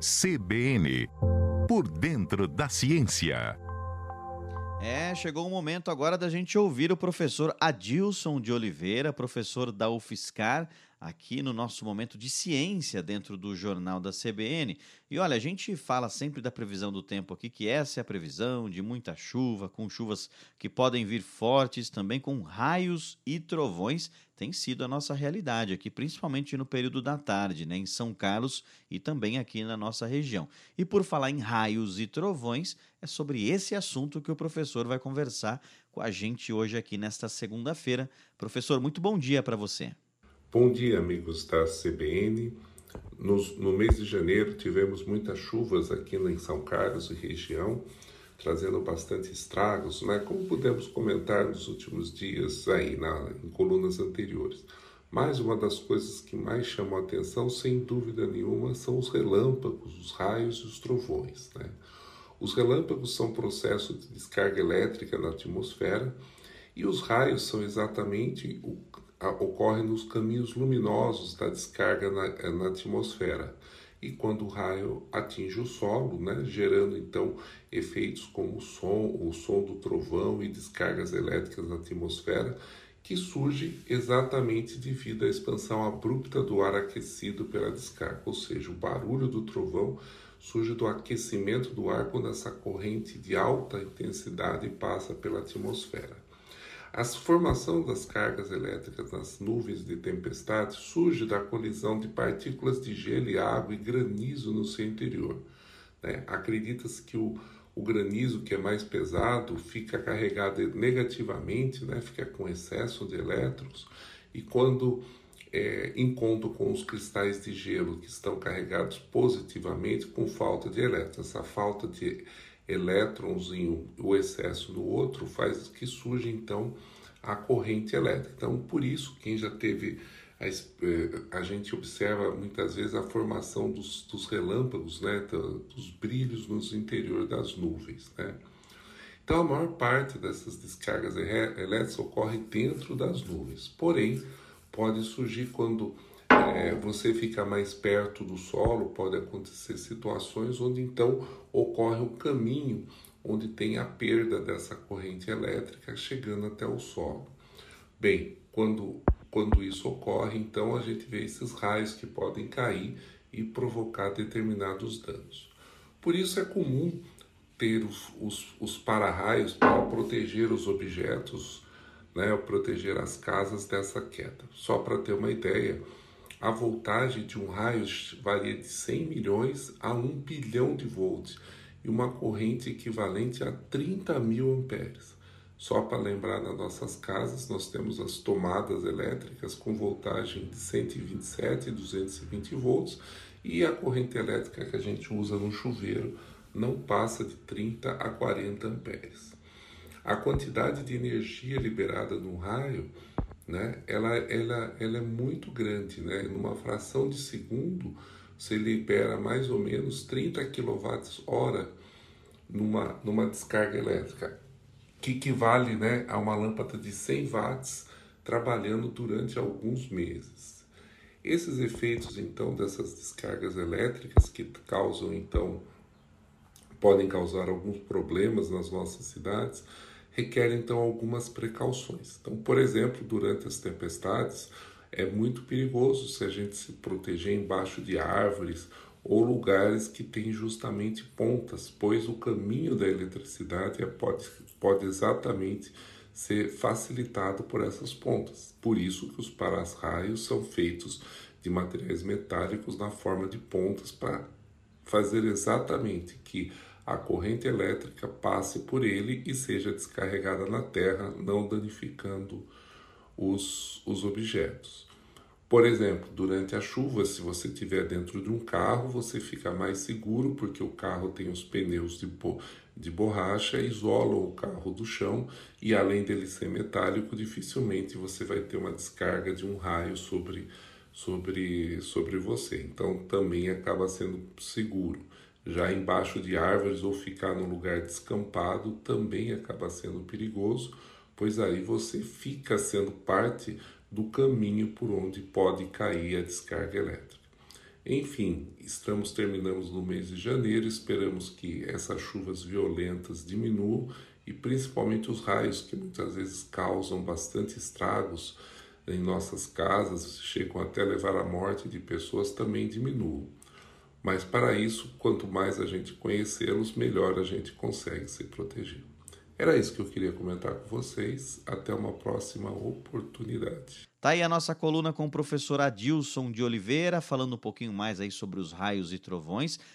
CBN, por dentro da ciência. Chegou o momento agora da gente ouvir o professor Adilson de Oliveira, professor da UFSCar, aqui no nosso momento de ciência dentro do Jornal da CBN. E olha, a gente fala sempre da previsão do tempo aqui, que essa é a previsão de muita chuva, com chuvas que podem vir fortes, também com raios e trovões. Tem sido a nossa realidade aqui, principalmente no período da tarde, né, em São Carlos e também aqui na nossa região. E por falar em raios e trovões, é sobre esse assunto que o professor vai conversar com a gente hoje aqui nesta segunda-feira. Professor, muito bom dia para você. Bom dia, amigos da CBN. No mês de janeiro tivemos muitas chuvas aqui em São Carlos e região, trazendo bastante estragos, né? Como pudemos comentar nos últimos dias aí em colunas anteriores. Mas uma das coisas que mais chamam a atenção, sem dúvida nenhuma, são os relâmpagos, os raios e os trovões, né? Os relâmpagos são processos de descarga elétrica na atmosfera e os raios são exatamente ocorrem nos caminhos luminosos da descarga na atmosfera. E quando o raio atinge o solo, né, gerando então efeitos como o som do trovão e descargas elétricas na atmosfera, que surge exatamente devido à expansão abrupta do ar aquecido pela descarga, ou seja, o barulho do trovão surge do aquecimento do ar quando essa corrente de alta intensidade passa pela atmosfera. A formação das cargas elétricas nas nuvens de tempestade surge da colisão de partículas de gelo e água e granizo no seu interior, né? Acredita-se que o granizo, que é mais pesado, fica carregado negativamente, né? Fica com excesso de elétrons, e quando encontro com os cristais de gelo que estão carregados positivamente com falta de elétrons. Essa falta de elétrons em o excesso no outro faz que surja então a corrente elétrica. Então, por isso, quem já teve a gente observa muitas vezes a formação dos relâmpagos, né, dos brilhos nos interiores das nuvens, né? Então, a maior parte dessas descargas elétricas ocorre dentro das nuvens, porém pode surgir quando você fica mais perto do solo, pode acontecer situações onde então ocorre um caminho onde tem a perda dessa corrente elétrica chegando até o solo. Bem, quando isso ocorre, então a gente vê esses raios que podem cair e provocar determinados danos. Por isso é comum ter os para-raios para proteger os objetos, né, proteger as casas dessa queda. Só para ter uma ideia, a voltagem de um raio varia de 100 milhões a 1 bilhão de volts e uma corrente equivalente a 30 mil amperes. Só para lembrar, nas nossas casas nós temos as tomadas elétricas com voltagem de 127 e 220 volts e a corrente elétrica que a gente usa no chuveiro não passa de 30 a 40 amperes. A quantidade de energia liberada no raio, né, ela é muito grande, né? Numa fração de segundo, você libera mais ou menos 30 kWh numa descarga elétrica, que equivale, né, a uma lâmpada de 100 watts trabalhando durante alguns meses. Esses efeitos, então, dessas descargas elétricas que podem causar alguns problemas nas nossas cidades, requerem então algumas precauções. Então, por exemplo, durante as tempestades, é muito perigoso se a gente se proteger embaixo de árvores ou lugares que têm justamente pontas, pois o caminho da eletricidade pode exatamente ser facilitado por essas pontas. Por isso que os para-raios são feitos de materiais metálicos na forma de pontas para fazer exatamente que a corrente elétrica passe por ele e seja descarregada na terra, não danificando os objetos. Por exemplo, durante a chuva, se você estiver dentro de um carro, você fica mais seguro porque o carro tem os pneus de borracha, isolam o carro do chão e, além dele ser metálico, dificilmente você vai ter uma descarga de um raio sobre você. Então, também acaba sendo seguro. Já embaixo de árvores ou ficar num lugar descampado também acaba sendo perigoso, pois aí você fica sendo parte do caminho por onde pode cair a descarga elétrica. Enfim, terminamos no mês de janeiro, esperamos que essas chuvas violentas diminuam e principalmente os raios que muitas vezes causam bastante estragos em nossas casas, chegam até levar à morte de pessoas, também diminuam. Mas para isso, quanto mais a gente conhecê-los, melhor a gente consegue se proteger. Era isso que eu queria comentar com vocês. Até uma próxima oportunidade. Tá aí a nossa coluna com o professor Adilson de Oliveira, falando um pouquinho mais aí sobre os raios e trovões.